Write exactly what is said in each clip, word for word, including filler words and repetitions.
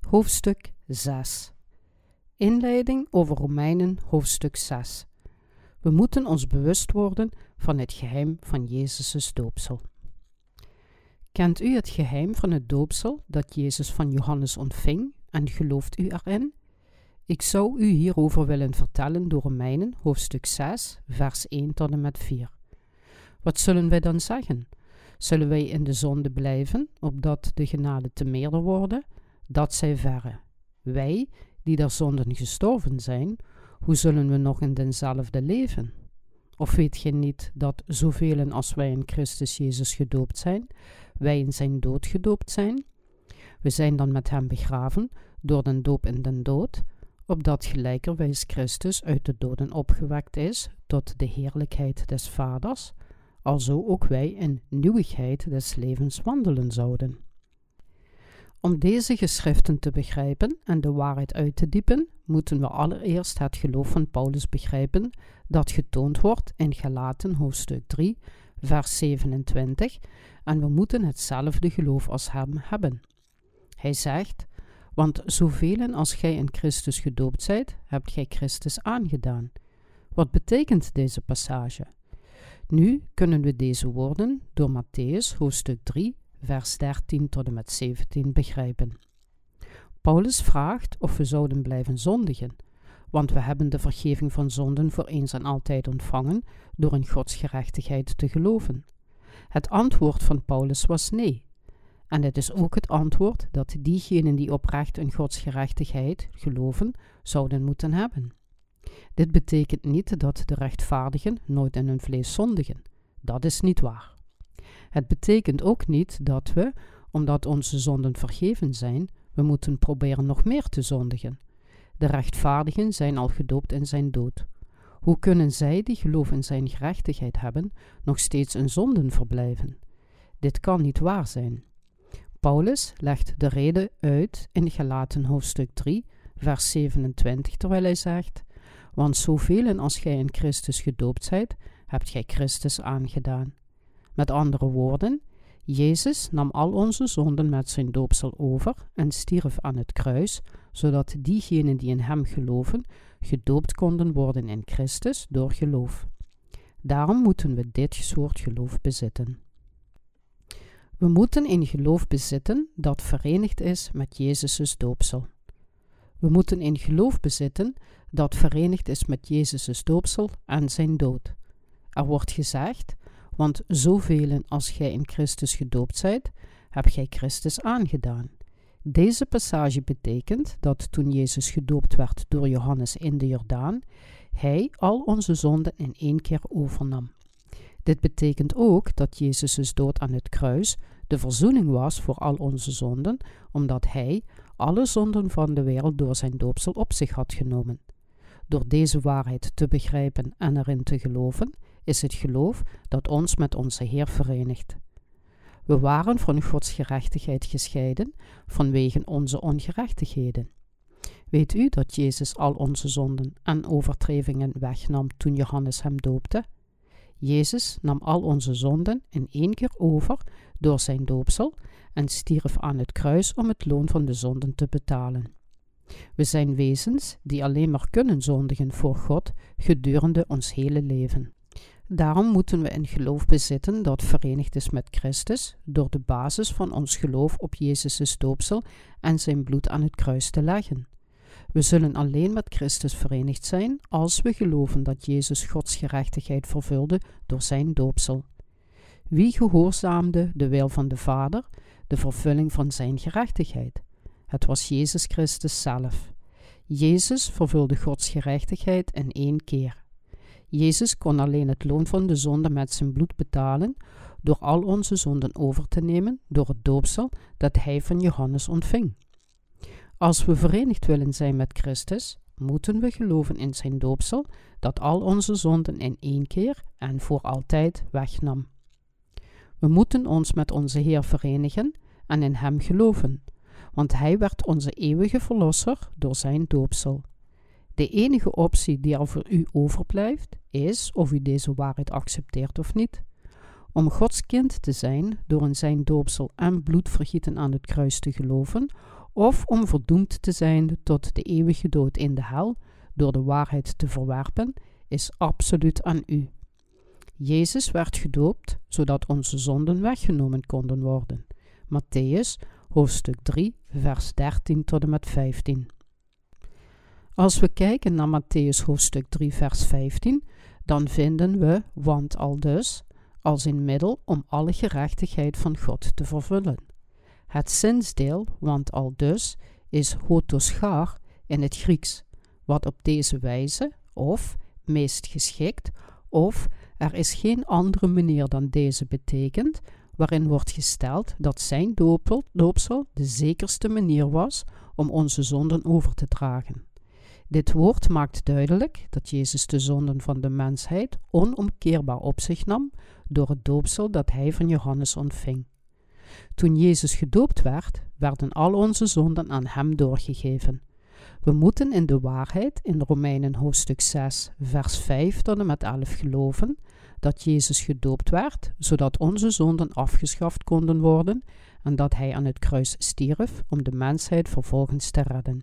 Hoofdstuk zes. Inleiding over Romeinen hoofdstuk zes. We moeten ons bewust worden van het geheim van Jezus' doopsel. Kent u het geheim van het doopsel dat Jezus van Johannes ontving en gelooft u erin? Ik zou u hierover willen vertellen door Romeinen hoofdstuk zes, vers één tot en met vier. Wat zullen wij dan zeggen? Zullen wij in de zonde blijven, opdat de genade te meerder worden? Dat zij verre. Wij, die der zonden gestorven zijn, hoe zullen we nog in denzelfde leven? Of weet gij niet dat zoveel als wij in Christus Jezus gedoopt zijn, wij in zijn dood gedoopt zijn? We zijn dan met hem begraven door den doop in den dood, opdat gelijkerwijs Christus uit de doden opgewekt is tot de heerlijkheid des Vaders, alzo ook wij in nieuwigheid des levens wandelen zouden. Om deze geschriften te begrijpen en de waarheid uit te diepen, moeten we allereerst het geloof van Paulus begrijpen dat getoond wordt in Galaten hoofdstuk drie, vers zevenentwintig, en we moeten hetzelfde geloof als hem hebben. Hij zegt, want zoveel als gij in Christus gedoopt zijt, hebt gij Christus aangedaan. Wat betekent deze passage? Nu kunnen we deze woorden door Mattheüs hoofdstuk drie, vers dertien tot en met zeventien begrijpen. Paulus vraagt of we zouden blijven zondigen, want we hebben de vergeving van zonden voor eens en altijd ontvangen door in Gods gerechtigheid te geloven. Het antwoord van Paulus was nee. En het is ook het antwoord dat diegenen die oprecht in Gods gerechtigheid geloven, zouden moeten hebben. Dit betekent niet dat de rechtvaardigen nooit in hun vlees zondigen. Dat is niet waar. Het betekent ook niet dat we, omdat onze zonden vergeven zijn, we moeten proberen nog meer te zondigen. De rechtvaardigen zijn al gedoopt in zijn dood. Hoe kunnen zij die geloof in zijn gerechtigheid hebben, nog steeds in zonden verblijven? Dit kan niet waar zijn. Paulus legt de reden uit in Galaten hoofdstuk drie, vers zevenentwintig, terwijl hij zegt, want zoveel als gij in Christus gedoopt zijt, hebt gij Christus aangedaan. Met andere woorden, Jezus nam al onze zonden met zijn doopsel over en stierf aan het kruis, zodat diegenen die in hem geloven, gedoopt konden worden in Christus door geloof. Daarom moeten we dit soort geloof bezitten. We moeten een geloof bezitten dat verenigd is met Jezus' doopsel. We moeten een geloof bezitten dat verenigd is met Jezus' doopsel en zijn dood. Er wordt gezegd, want zoveel als gij in Christus gedoopt zijt, hebt gij Christus aangedaan. Deze passage betekent dat toen Jezus gedoopt werd door Johannes in de Jordaan, hij al onze zonden in één keer overnam. Dit betekent ook dat Jezus' dood aan het kruis de verzoening was voor al onze zonden, omdat hij alle zonden van de wereld door zijn doopsel op zich had genomen. Door deze waarheid te begrijpen en erin te geloven, is het geloof dat ons met onze Heer verenigt. We waren van Gods gerechtigheid gescheiden vanwege onze ongerechtigheden. Weet u dat Jezus al onze zonden en overtredingen wegnam toen Johannes hem doopte? Jezus nam al onze zonden in één keer over door zijn doopsel en stierf aan het kruis om het loon van de zonden te betalen. We zijn wezens die alleen maar kunnen zondigen voor God gedurende ons hele leven. Daarom moeten we een geloof bezitten dat verenigd is met Christus door de basis van ons geloof op Jezus' doopsel en zijn bloed aan het kruis te leggen. We zullen alleen met Christus verenigd zijn als we geloven dat Jezus Gods gerechtigheid vervulde door zijn doopsel. Wie gehoorzaamde de wil van de Vader, de vervulling van zijn gerechtigheid? Het was Jezus Christus zelf. Jezus vervulde Gods gerechtigheid in één keer. Jezus kon alleen het loon van de zonde met zijn bloed betalen door al onze zonden over te nemen door het doopsel dat hij van Johannes ontving. Als we verenigd willen zijn met Christus, moeten we geloven in zijn doopsel dat al onze zonden in één keer en voor altijd wegnam. We moeten ons met onze Heer verenigen en in hem geloven, want hij werd onze eeuwige verlosser door zijn doopsel. De enige optie die er voor u overblijft, is of u deze waarheid accepteert of niet. Om Gods kind te zijn door in zijn doopsel en bloedvergieten aan het kruis te geloven, of om verdoemd te zijn tot de eeuwige dood in de hel door de waarheid te verwerpen, is absoluut aan u. Jezus werd gedoopt, zodat onze zonden weggenomen konden worden. Mattheüs, hoofdstuk drie, vers dertien tot en met vijftien. Als we kijken naar Mattheüs hoofdstuk drie, vers vijftien, dan vinden we, want aldus, als een middel om alle gerechtigheid van God te vervullen. Het zinsdeel, want aldus, is hotoschar in het Grieks, wat op deze wijze, of meest geschikt, of er is geen andere manier dan deze betekent, waarin wordt gesteld dat zijn doopel, doopsel de zekerste manier was om onze zonden over te dragen. Dit woord maakt duidelijk dat Jezus de zonden van de mensheid onomkeerbaar op zich nam door het doopsel dat hij van Johannes ontving. Toen Jezus gedoopt werd, werden al onze zonden aan hem doorgegeven. We moeten in de waarheid in Romeinen hoofdstuk zes, vers vijf tot en met elf geloven dat Jezus gedoopt werd, zodat onze zonden afgeschaft konden worden en dat hij aan het kruis stierf om de mensheid vervolgens te redden.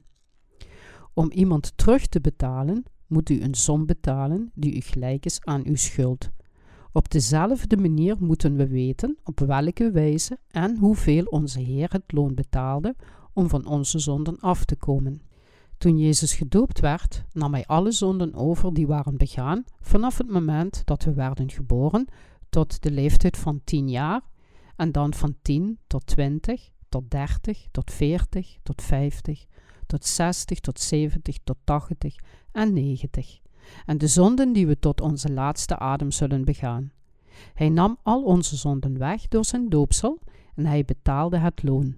Om iemand terug te betalen, moet u een som betalen die u gelijk is aan uw schuld. Op dezelfde manier moeten we weten op welke wijze en hoeveel onze Heer het loon betaalde om van onze zonden af te komen. Toen Jezus gedoopt werd, nam hij alle zonden over die waren begaan vanaf het moment dat we werden geboren tot de leeftijd van tien jaar en dan van tien tot twintig, tot dertig, tot veertig, tot vijftig, tot zestig, tot zeventig, tot tachtig en negentig. En de zonden die we tot onze laatste adem zullen begaan. Hij nam al onze zonden weg door zijn doopsel en hij betaalde het loon.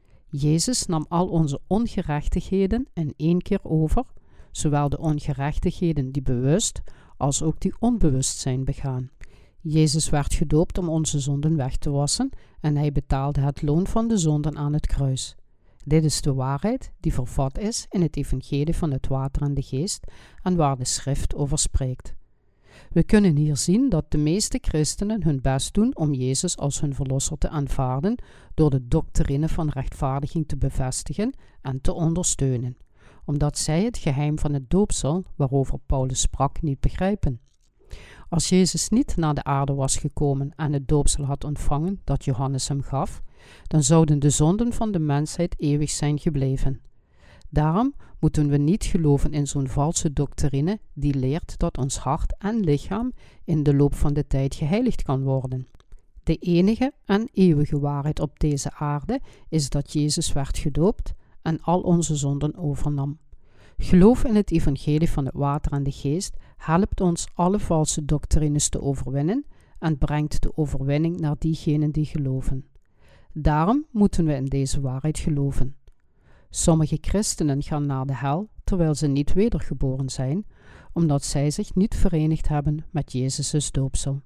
Jezus nam al onze ongerechtigheden in één keer over, zowel de ongerechtigheden die bewust als ook die onbewust zijn begaan. Jezus werd gedoopt om onze zonden weg te wassen en hij betaalde het loon van de zonden aan het kruis. Dit is de waarheid die vervat is in het evangelie van het water en de geest en waar de schrift over spreekt. We kunnen hier zien dat de meeste christenen hun best doen om Jezus als hun verlosser te aanvaarden door de doctrine van rechtvaardiging te bevestigen en te ondersteunen, omdat zij het geheim van het doopsel, waarover Paulus sprak, niet begrijpen. Als Jezus niet naar de aarde was gekomen en het doopsel had ontvangen dat Johannes hem gaf, dan zouden de zonden van de mensheid eeuwig zijn gebleven. Daarom moeten we niet geloven in zo'n valse doctrine die leert dat ons hart en lichaam in de loop van de tijd geheiligd kan worden. De enige en eeuwige waarheid op deze aarde is dat Jezus werd gedoopt en al onze zonden overnam. Geloof in het evangelie van het water en de geest helpt ons alle valse doctrines te overwinnen en brengt de overwinning naar diegenen die geloven. Daarom moeten we in deze waarheid geloven. Sommige christenen gaan naar de hel terwijl ze niet wedergeboren zijn, omdat zij zich niet verenigd hebben met Jezus' doopsel.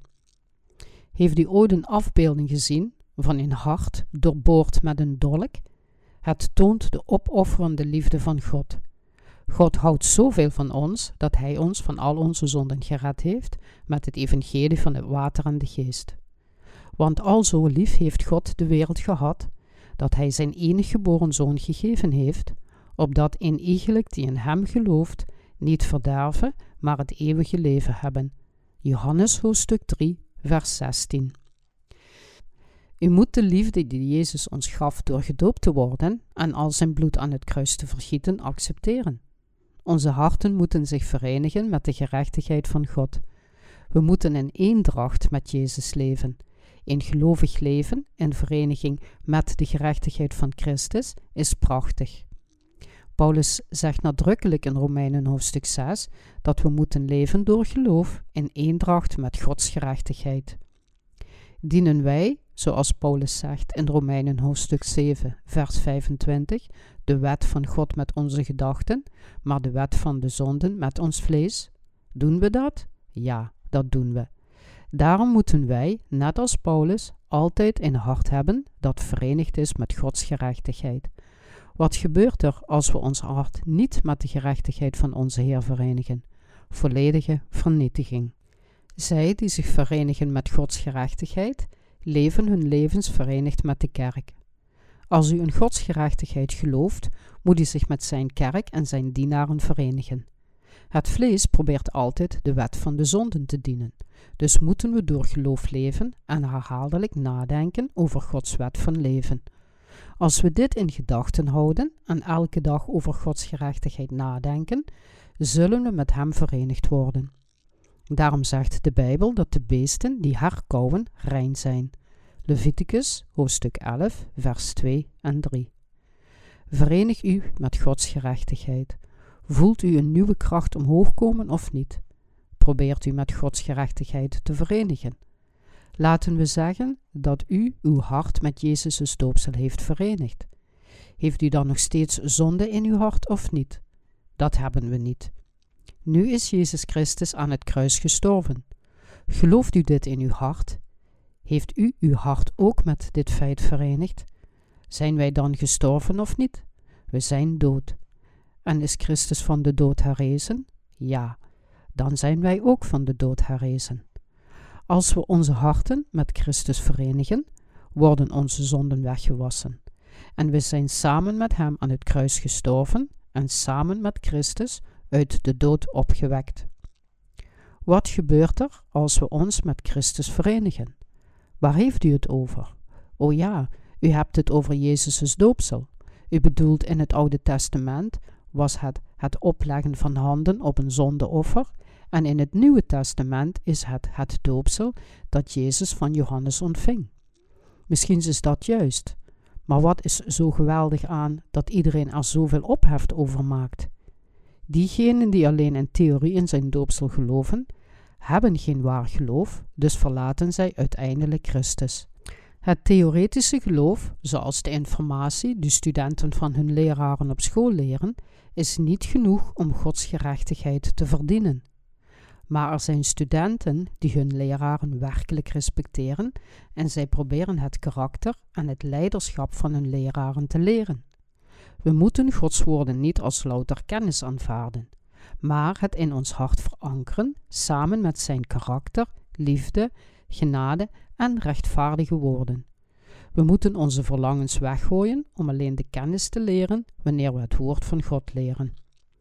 Heeft u ooit een afbeelding gezien van een hart doorboord met een dolk? Het toont de opofferende liefde van God. God houdt zoveel van ons dat hij ons van al onze zonden gered heeft met het evangelie van het water en de geest. Want al zo lief heeft God de wereld gehad, dat hij zijn enig geboren zoon gegeven heeft, opdat een iegelijk die in hem gelooft, niet verderven, maar het eeuwige leven hebben. Johannes hoofdstuk drie, vers zestien. U moet de liefde die Jezus ons gaf door gedoopt te worden en al zijn bloed aan het kruis te vergieten accepteren. Onze harten moeten zich verenigen met de gerechtigheid van God. We moeten in eendracht met Jezus leven. Een gelovig leven in vereniging met de gerechtigheid van Christus is prachtig. Paulus zegt nadrukkelijk in Romeinen hoofdstuk zes dat we moeten leven door geloof in eendracht met Gods gerechtigheid. Dienen wij, zoals Paulus zegt in Romeinen hoofdstuk zeven, vers vijfentwintig, de wet van God met onze gedachten, maar de wet van de zonden met ons vlees? Doen we dat? Ja, dat doen we. Daarom moeten wij, net als Paulus, altijd een hart hebben dat verenigd is met Gods gerechtigheid. Wat gebeurt er als we ons hart niet met de gerechtigheid van onze Heer verenigen? Volledige vernietiging. Zij die zich verenigen met Gods gerechtigheid, leven hun levens verenigd met de kerk. Als u in Gods gerechtigheid gelooft, moet u zich met zijn kerk en zijn dienaren verenigen. Het vlees probeert altijd de wet van de zonden te dienen, dus moeten we door geloof leven en herhaaldelijk nadenken over Gods wet van leven. Als we dit in gedachten houden en elke dag over Gods gerechtigheid nadenken, zullen we met hem verenigd worden. Daarom zegt de Bijbel dat de beesten die herkauwen rein zijn. Leviticus, hoofdstuk elf, vers twee en drie. Verenig u met Gods gerechtigheid. Voelt u een nieuwe kracht omhoog komen of niet? Probeert u met Gods gerechtigheid te verenigen. Laten we zeggen dat u uw hart met Jezus' doopsel heeft verenigd. Heeft u dan nog steeds zonde in uw hart of niet? Dat hebben we niet. Nu is Jezus Christus aan het kruis gestorven. Gelooft u dit in uw hart? Heeft u uw hart ook met dit feit verenigd? Zijn wij dan gestorven of niet? We zijn dood. En is Christus van de dood herrezen? Ja, dan zijn wij ook van de dood herrezen. Als we onze harten met Christus verenigen, worden onze zonden weggewassen. En we zijn samen met hem aan het kruis gestorven en samen met Christus uit de dood opgewekt. Wat gebeurt er als we ons met Christus verenigen? Waar heeft u het over? O ja, u hebt het over Jezus' doopsel. U bedoelt in het Oude Testament was het het opleggen van handen op een zondeoffer en in het Nieuwe Testament is het het doopsel dat Jezus van Johannes ontving. Misschien is dat juist, maar wat is zo geweldig aan dat iedereen er zoveel ophef over maakt? Diegenen die alleen in theorie in zijn doopsel geloven, hebben geen waar geloof, dus verlaten zij uiteindelijk Christus. Het theoretische geloof, zoals de informatie die studenten van hun leraren op school leren, is niet genoeg om Gods gerechtigheid te verdienen. Maar er zijn studenten die hun leraren werkelijk respecteren en zij proberen het karakter en het leiderschap van hun leraren te leren. We moeten Gods woorden niet als louter kennis aanvaarden, maar het in ons hart verankeren samen met zijn karakter, liefde, genade en rechtvaardige woorden. We moeten onze verlangens weggooien om alleen de kennis te leren wanneer we het woord van God leren.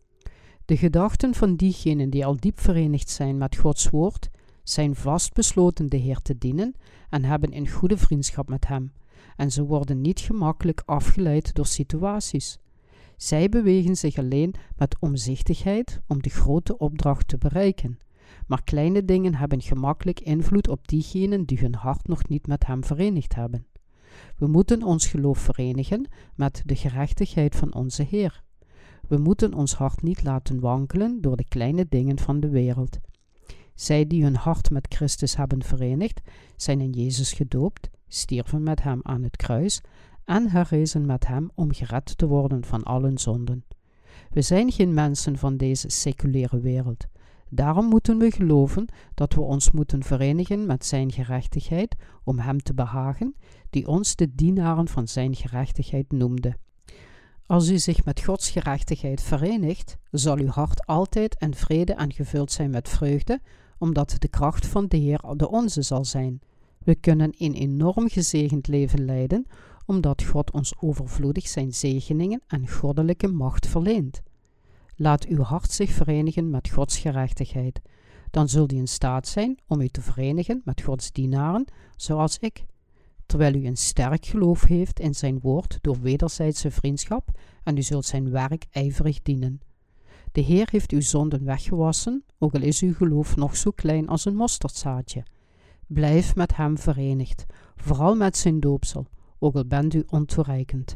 De gedachten van diegenen die al diep verenigd zijn met Gods woord, zijn vastbesloten de Heer te dienen en hebben een goede vriendschap met hem. En ze worden niet gemakkelijk afgeleid door situaties. Zij bewegen zich alleen met omzichtigheid om de grote opdracht te bereiken. Maar kleine dingen hebben gemakkelijk invloed op diegenen die hun hart nog niet met hem verenigd hebben. We moeten ons geloof verenigen met de gerechtigheid van onze Heer. We moeten ons hart niet laten wankelen door de kleine dingen van de wereld. Zij die hun hart met Christus hebben verenigd, zijn in Jezus gedoopt, stierven met hem aan het kruis en herrezen met hem om gered te worden van al hun zonden. We zijn geen mensen van deze seculiere wereld. Daarom moeten we geloven dat we ons moeten verenigen met zijn gerechtigheid om hem te behagen, die ons de dienaren van zijn gerechtigheid noemde. Als u zich met Gods gerechtigheid verenigt, zal uw hart altijd in vrede en gevuld zijn met vreugde, omdat de kracht van de Heer de onze zal zijn. We kunnen een enorm gezegend leven leiden, omdat God ons overvloedig zijn zegeningen en goddelijke macht verleent. Laat uw hart zich verenigen met Gods gerechtigheid. Dan zult u in staat zijn om u te verenigen met Gods dienaren, zoals ik. Terwijl u een sterk geloof heeft in zijn woord door wederzijdse vriendschap en u zult zijn werk ijverig dienen. De Heer heeft uw zonden weggewassen, ook al is uw geloof nog zo klein als een mosterdzaadje. Blijf met hem verenigd, vooral met zijn doopsel, ook al bent u ontoereikend.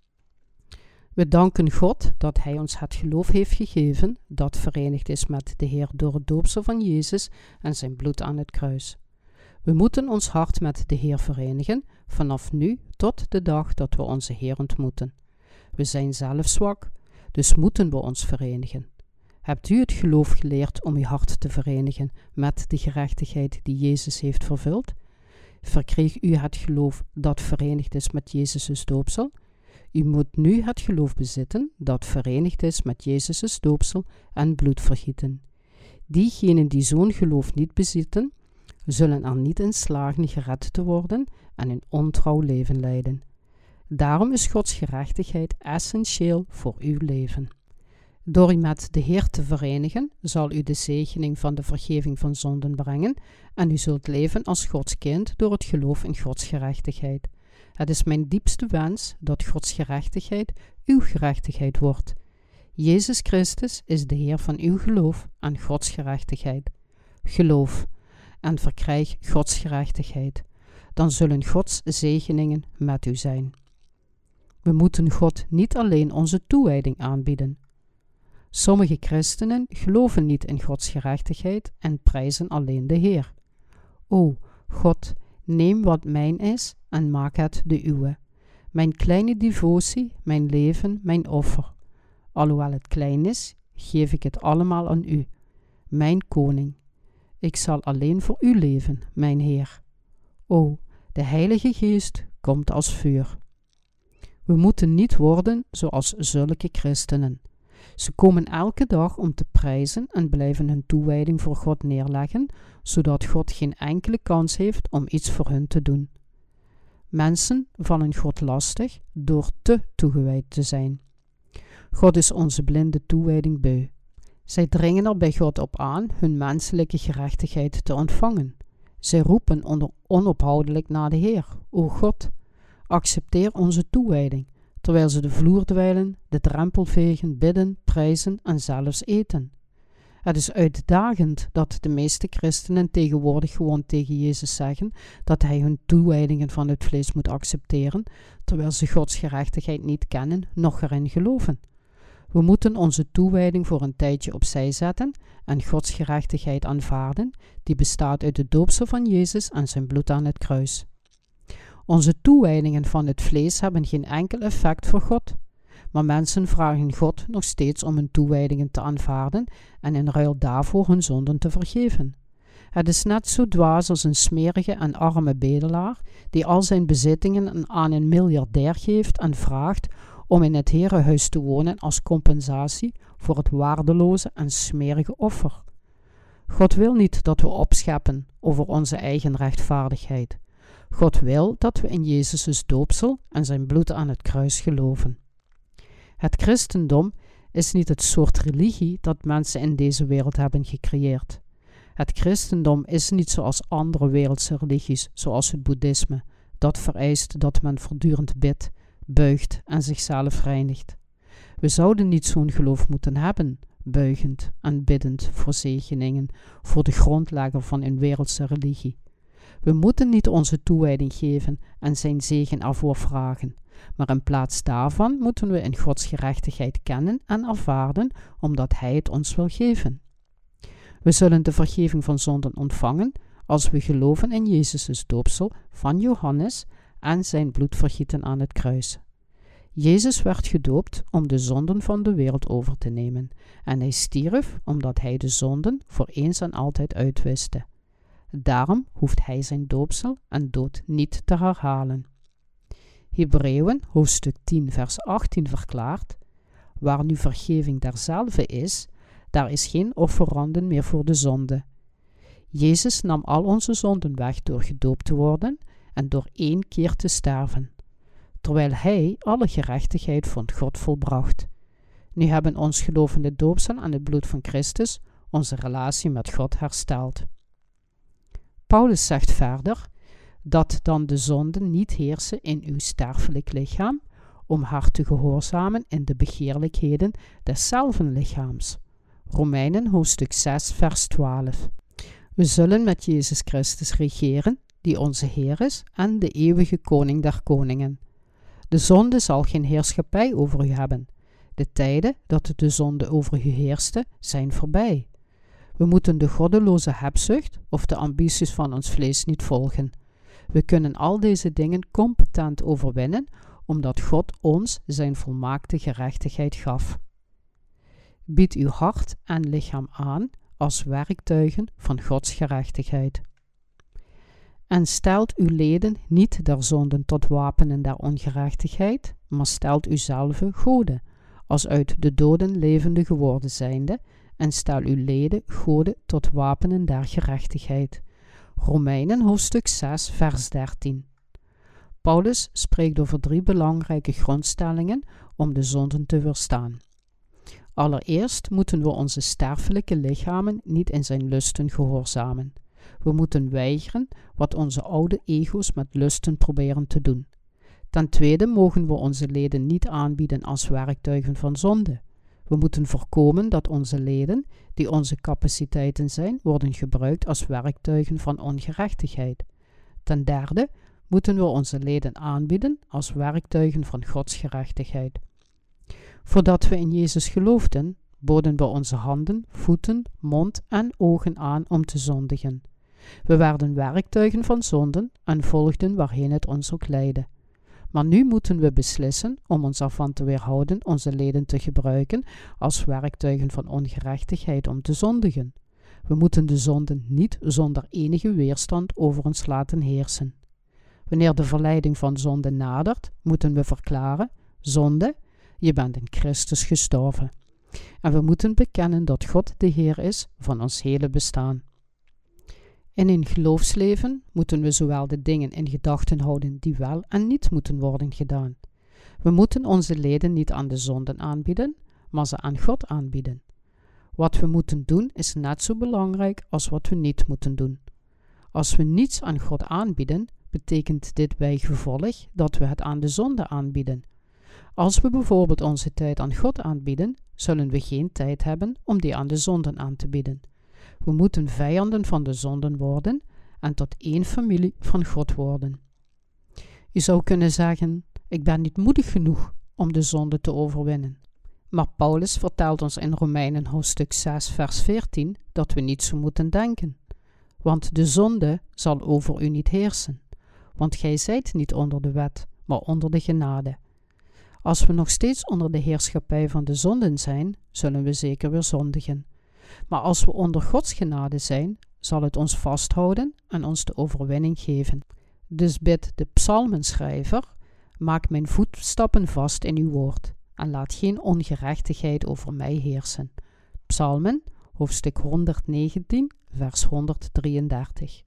We danken God dat hij ons het geloof heeft gegeven dat verenigd is met de Heer door het doopsel van Jezus en zijn bloed aan het kruis. We moeten ons hart met de Heer verenigen, vanaf nu tot de dag dat we onze Heer ontmoeten. We zijn zelf zwak, dus moeten we ons verenigen. Hebt u het geloof geleerd om uw hart te verenigen met de gerechtigheid die Jezus heeft vervuld? Verkreeg u het geloof dat verenigd is met Jezus' doopsel? U moet nu het geloof bezitten dat verenigd is met Jezus' doopsel en bloedvergieten. Diegenen die zo'n geloof niet bezitten, zullen er niet in slagen gered te worden en een ontrouw leven leiden. Daarom is Gods gerechtigheid essentieel voor uw leven. Door u met de Heer te verenigen, zal u de zegening van de vergeving van zonden brengen en u zult leven als Gods kind door het geloof in Gods gerechtigheid. Het is mijn diepste wens dat Gods gerechtigheid uw gerechtigheid wordt. Jezus Christus is de Heer van uw geloof en Gods gerechtigheid. Geloof en verkrijg Gods gerechtigheid. Dan zullen Gods zegeningen met u zijn. We moeten God niet alleen onze toewijding aanbieden. Sommige christenen geloven niet in Gods gerechtigheid en prijzen alleen de Heer. O, God, neem wat mijn is en maak het de uwe. Mijn kleine devotie, mijn leven, mijn offer. Alhoewel het klein is, geef ik het allemaal aan u, mijn koning. Ik zal alleen voor u leven, mijn Heer. O, de Heilige Geest komt als vuur. We moeten niet worden zoals zulke christenen. Ze komen elke dag om te prijzen en blijven hun toewijding voor God neerleggen, zodat God geen enkele kans heeft om iets voor hun te doen. Mensen vallen God lastig door te toegewijd te zijn. God is onze blinde toewijding beu. Zij dringen er bij God op aan hun menselijke gerechtigheid te ontvangen. Zij roepen onder onophoudelijk naar de Heer. O God, accepteer onze toewijding, terwijl ze de vloer dweilen, de drempel vegen, bidden, prijzen en zelfs eten. Het is uitdagend dat de meeste christenen tegenwoordig gewoon tegen Jezus zeggen dat hij hun toewijdingen van het vlees moet accepteren, terwijl ze Gods gerechtigheid niet kennen, noch erin geloven. We moeten onze toewijding voor een tijdje opzij zetten en Gods gerechtigheid aanvaarden, die bestaat uit de doopsel van Jezus en zijn bloed aan het kruis. Onze toewijdingen van het vlees hebben geen enkel effect voor God, maar mensen vragen God nog steeds om hun toewijdingen te aanvaarden en in ruil daarvoor hun zonden te vergeven. Het is net zo dwaas als een smerige en arme bedelaar die al zijn bezittingen aan een miljardair geeft en vraagt om in het herenhuis te wonen als compensatie voor het waardeloze en smerige offer. God wil niet dat we opscheppen over onze eigen rechtvaardigheid. God wil dat we in Jezus' doopsel en zijn bloed aan het kruis geloven. Het christendom is niet het soort religie dat mensen in deze wereld hebben gecreëerd. Het christendom is niet zoals andere wereldse religies, zoals het boeddhisme, dat vereist dat men voortdurend bidt, buigt en zichzelf reinigt. We zouden niet zo'n geloof moeten hebben, buigend en biddend voor zegeningen, voor de grondlegger van een wereldse religie. We moeten niet onze toewijding geven en zijn zegen ervoor vragen, maar in plaats daarvan moeten we in Gods gerechtigheid kennen en aanvaarden, omdat Hij het ons wil geven. We zullen de vergeving van zonden ontvangen als we geloven in Jezus' doopsel van Johannes en zijn bloedvergieten aan het kruis. Jezus werd gedoopt om de zonden van de wereld over te nemen en hij stierf omdat hij de zonden voor eens en altijd uitwiste. Daarom hoeft hij zijn doopsel en dood niet te herhalen. Hebreeën hoofdstuk tien vers achttien verklaart: waar nu vergeving derzelve is, daar is geen offeranden meer voor de zonde. Jezus nam al onze zonden weg door gedoopt te worden en door één keer te sterven, terwijl hij alle gerechtigheid van God volbracht. Nu hebben ons gelovende doopsel en het bloed van Christus onze relatie met God hersteld. Paulus zegt verder dat dan de zonden niet heersen in uw sterfelijk lichaam, om haar te gehoorzamen in de begeerlijkheden deszelfde lichaams. Romeinen hoofdstuk zes vers twaalf. We zullen met Jezus Christus regeren, die onze Heer is en de eeuwige Koning der koningen. De zonde zal geen heerschappij over u hebben. De tijden dat de zonde over u heerste, zijn voorbij. We moeten de goddeloze hebzucht of de ambities van ons vlees niet volgen. We kunnen al deze dingen competent overwinnen, omdat God ons zijn volmaakte gerechtigheid gaf. Bied uw hart en lichaam aan als werktuigen van Gods gerechtigheid. En stelt uw leden niet der zonden tot wapenen der ongerechtigheid, maar stelt uzelve goden, als uit de doden levende geworden zijnde, en stel uw leden goden tot wapenen der gerechtigheid. Romeinen hoofdstuk zes vers dertien. Paulus spreekt over drie belangrijke grondstellingen om de zonden te weerstaan. Allereerst moeten we onze sterfelijke lichamen niet in zijn lusten gehoorzamen. We moeten weigeren wat onze oude ego's met lusten proberen te doen. Ten tweede mogen we onze leden niet aanbieden als werktuigen van zonde. We moeten voorkomen dat onze leden, die onze capaciteiten zijn, worden gebruikt als werktuigen van ongerechtigheid. Ten derde moeten we onze leden aanbieden als werktuigen van Gods gerechtigheid. Voordat we in Jezus geloofden, boden we onze handen, voeten, mond en ogen aan om te zondigen. We werden werktuigen van zonden en volgden waarheen het ons ook leidde. Maar nu moeten we beslissen om ons ervan te weerhouden onze leden te gebruiken als werktuigen van ongerechtigheid om te zondigen. We moeten de zonden niet zonder enige weerstand over ons laten heersen. Wanneer de verleiding van zonde nadert, moeten we verklaren: zonde, je bent in Christus gestorven. En we moeten bekennen dat God de Heer is van ons hele bestaan. In een geloofsleven moeten we zowel de dingen in gedachten houden die wel en niet moeten worden gedaan. We moeten onze leden niet aan de zonden aanbieden, maar ze aan God aanbieden. Wat we moeten doen is net zo belangrijk als wat we niet moeten doen. Als we niets aan God aanbieden, betekent dit bij gevolg dat we het aan de zonde aanbieden. Als we bijvoorbeeld onze tijd aan God aanbieden, zullen we geen tijd hebben om die aan de zonden aan te bieden. We moeten vijanden van de zonden worden en tot één familie van God worden. Je zou kunnen zeggen: ik ben niet moedig genoeg om de zonde te overwinnen. Maar Paulus vertelt ons in Romeinen hoofdstuk zes vers veertien dat we niet zo moeten denken. Want de zonde zal over u niet heersen, want gij zijt niet onder de wet, maar onder de genade. Als we nog steeds onder de heerschappij van de zonden zijn, zullen we zeker weer zondigen. Maar als we onder Gods genade zijn, zal het ons vasthouden en ons de overwinning geven. Dus bidt de psalmenschrijver: maak mijn voetstappen vast in uw woord en laat geen ongerechtigheid over mij heersen. Psalmen, hoofdstuk honderdnegentien, vers honderddrieëndertig.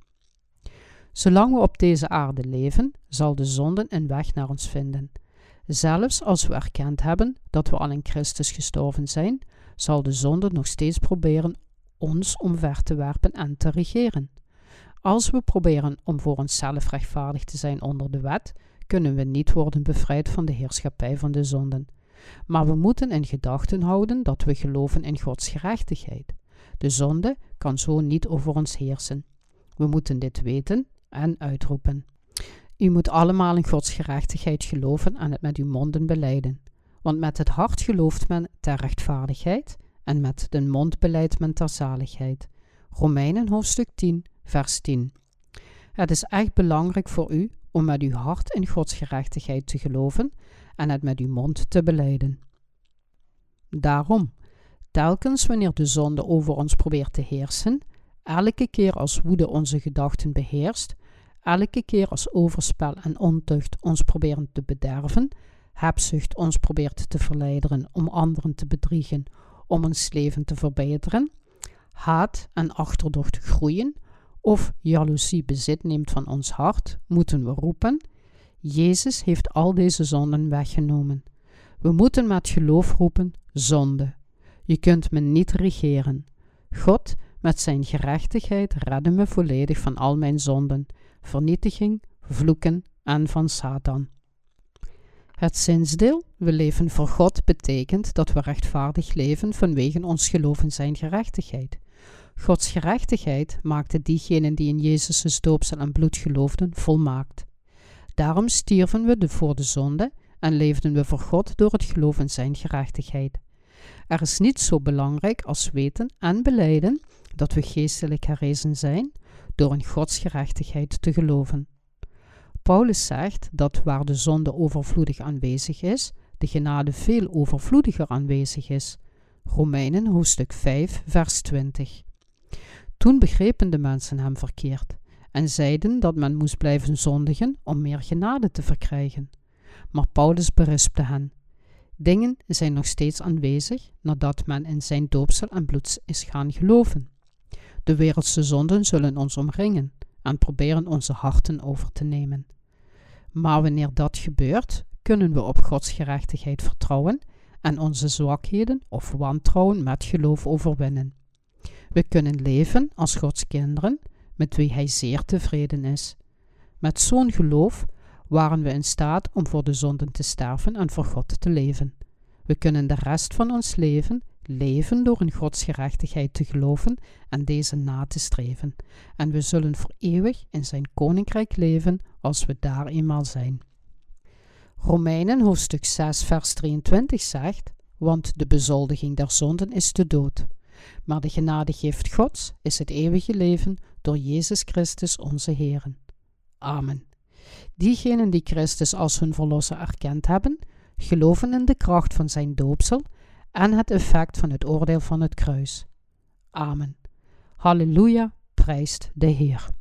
Zolang we op deze aarde leven, zal de zonde een weg naar ons vinden. Zelfs als we erkend hebben dat we al in Christus gestorven zijn, zal de zonde nog steeds proberen ons omver te werpen en te regeren. Als we proberen om voor onszelf rechtvaardig te zijn onder de wet, kunnen we niet worden bevrijd van de heerschappij van de zonden. Maar we moeten in gedachten houden dat we geloven in Gods gerechtigheid. De zonde kan zo niet over ons heersen. We moeten dit weten en uitroepen. U moet allemaal in Gods gerechtigheid geloven en het met uw monden belijden. Want met het hart gelooft men ter rechtvaardigheid en met de mond belijdt men ter zaligheid. Romeinen hoofdstuk tien, vers tien. Het is echt belangrijk voor u om met uw hart in Gods gerechtigheid te geloven en het met uw mond te belijden. Daarom, telkens wanneer de zonde over ons probeert te heersen, elke keer als woede onze gedachten beheerst, elke keer als overspel en ontucht ons proberen te bederven, hebzucht ons probeert te verleiden om anderen te bedriegen, om ons leven te verbeteren, haat en achterdocht groeien, of jaloezie bezit neemt van ons hart, moeten we roepen: Jezus heeft al deze zonden weggenomen. We moeten met geloof roepen: zonde. Je kunt me niet regeren. God, met zijn gerechtigheid, redde me volledig van al mijn zonden, vernietiging, vloeken en van Satan. Het zinsdeel, we leven voor God, betekent dat we rechtvaardig leven vanwege ons geloof in zijn gerechtigheid. Gods gerechtigheid maakte diegenen die in Jezus' doopsel en bloed geloofden volmaakt. Daarom stierven we voor de zonde en leefden we voor God door het geloof in zijn gerechtigheid. Er is niets zo belangrijk als weten en belijden dat we geestelijk herrezen zijn door in Gods gerechtigheid te geloven. Paulus zegt dat waar de zonde overvloedig aanwezig is, de genade veel overvloediger aanwezig is. Romeinen hoofdstuk vijf, vers twintig. Toen begrepen de mensen hem verkeerd en zeiden dat men moest blijven zondigen om meer genade te verkrijgen. Maar Paulus berispte hen. Dingen zijn nog steeds aanwezig nadat men in zijn doopsel en bloed is gaan geloven. De wereldse zonden zullen ons omringen en proberen onze harten over te nemen. Maar wanneer dat gebeurt, kunnen we op Gods gerechtigheid vertrouwen en onze zwakheden of wantrouwen met geloof overwinnen. We kunnen leven als Gods kinderen, met wie Hij zeer tevreden is. Met zo'n geloof waren we in staat om voor de zonden te sterven en voor God te leven. We kunnen de rest van ons leven leven door in Gods gerechtigheid te geloven en deze na te streven. En we zullen voor eeuwig in zijn koninkrijk leven als we daar eenmaal zijn. Romeinen hoofdstuk zes vers drieëntwintig zegt: want de bezoldiging der zonden is de dood. Maar de genadegift Gods is het eeuwige leven door Jezus Christus onze Heeren. Amen. Diegenen die Christus als hun verlosser erkend hebben, geloven in de kracht van zijn doopsel en het effect van het oordeel van het kruis. Amen. Halleluja, prijst de Heer.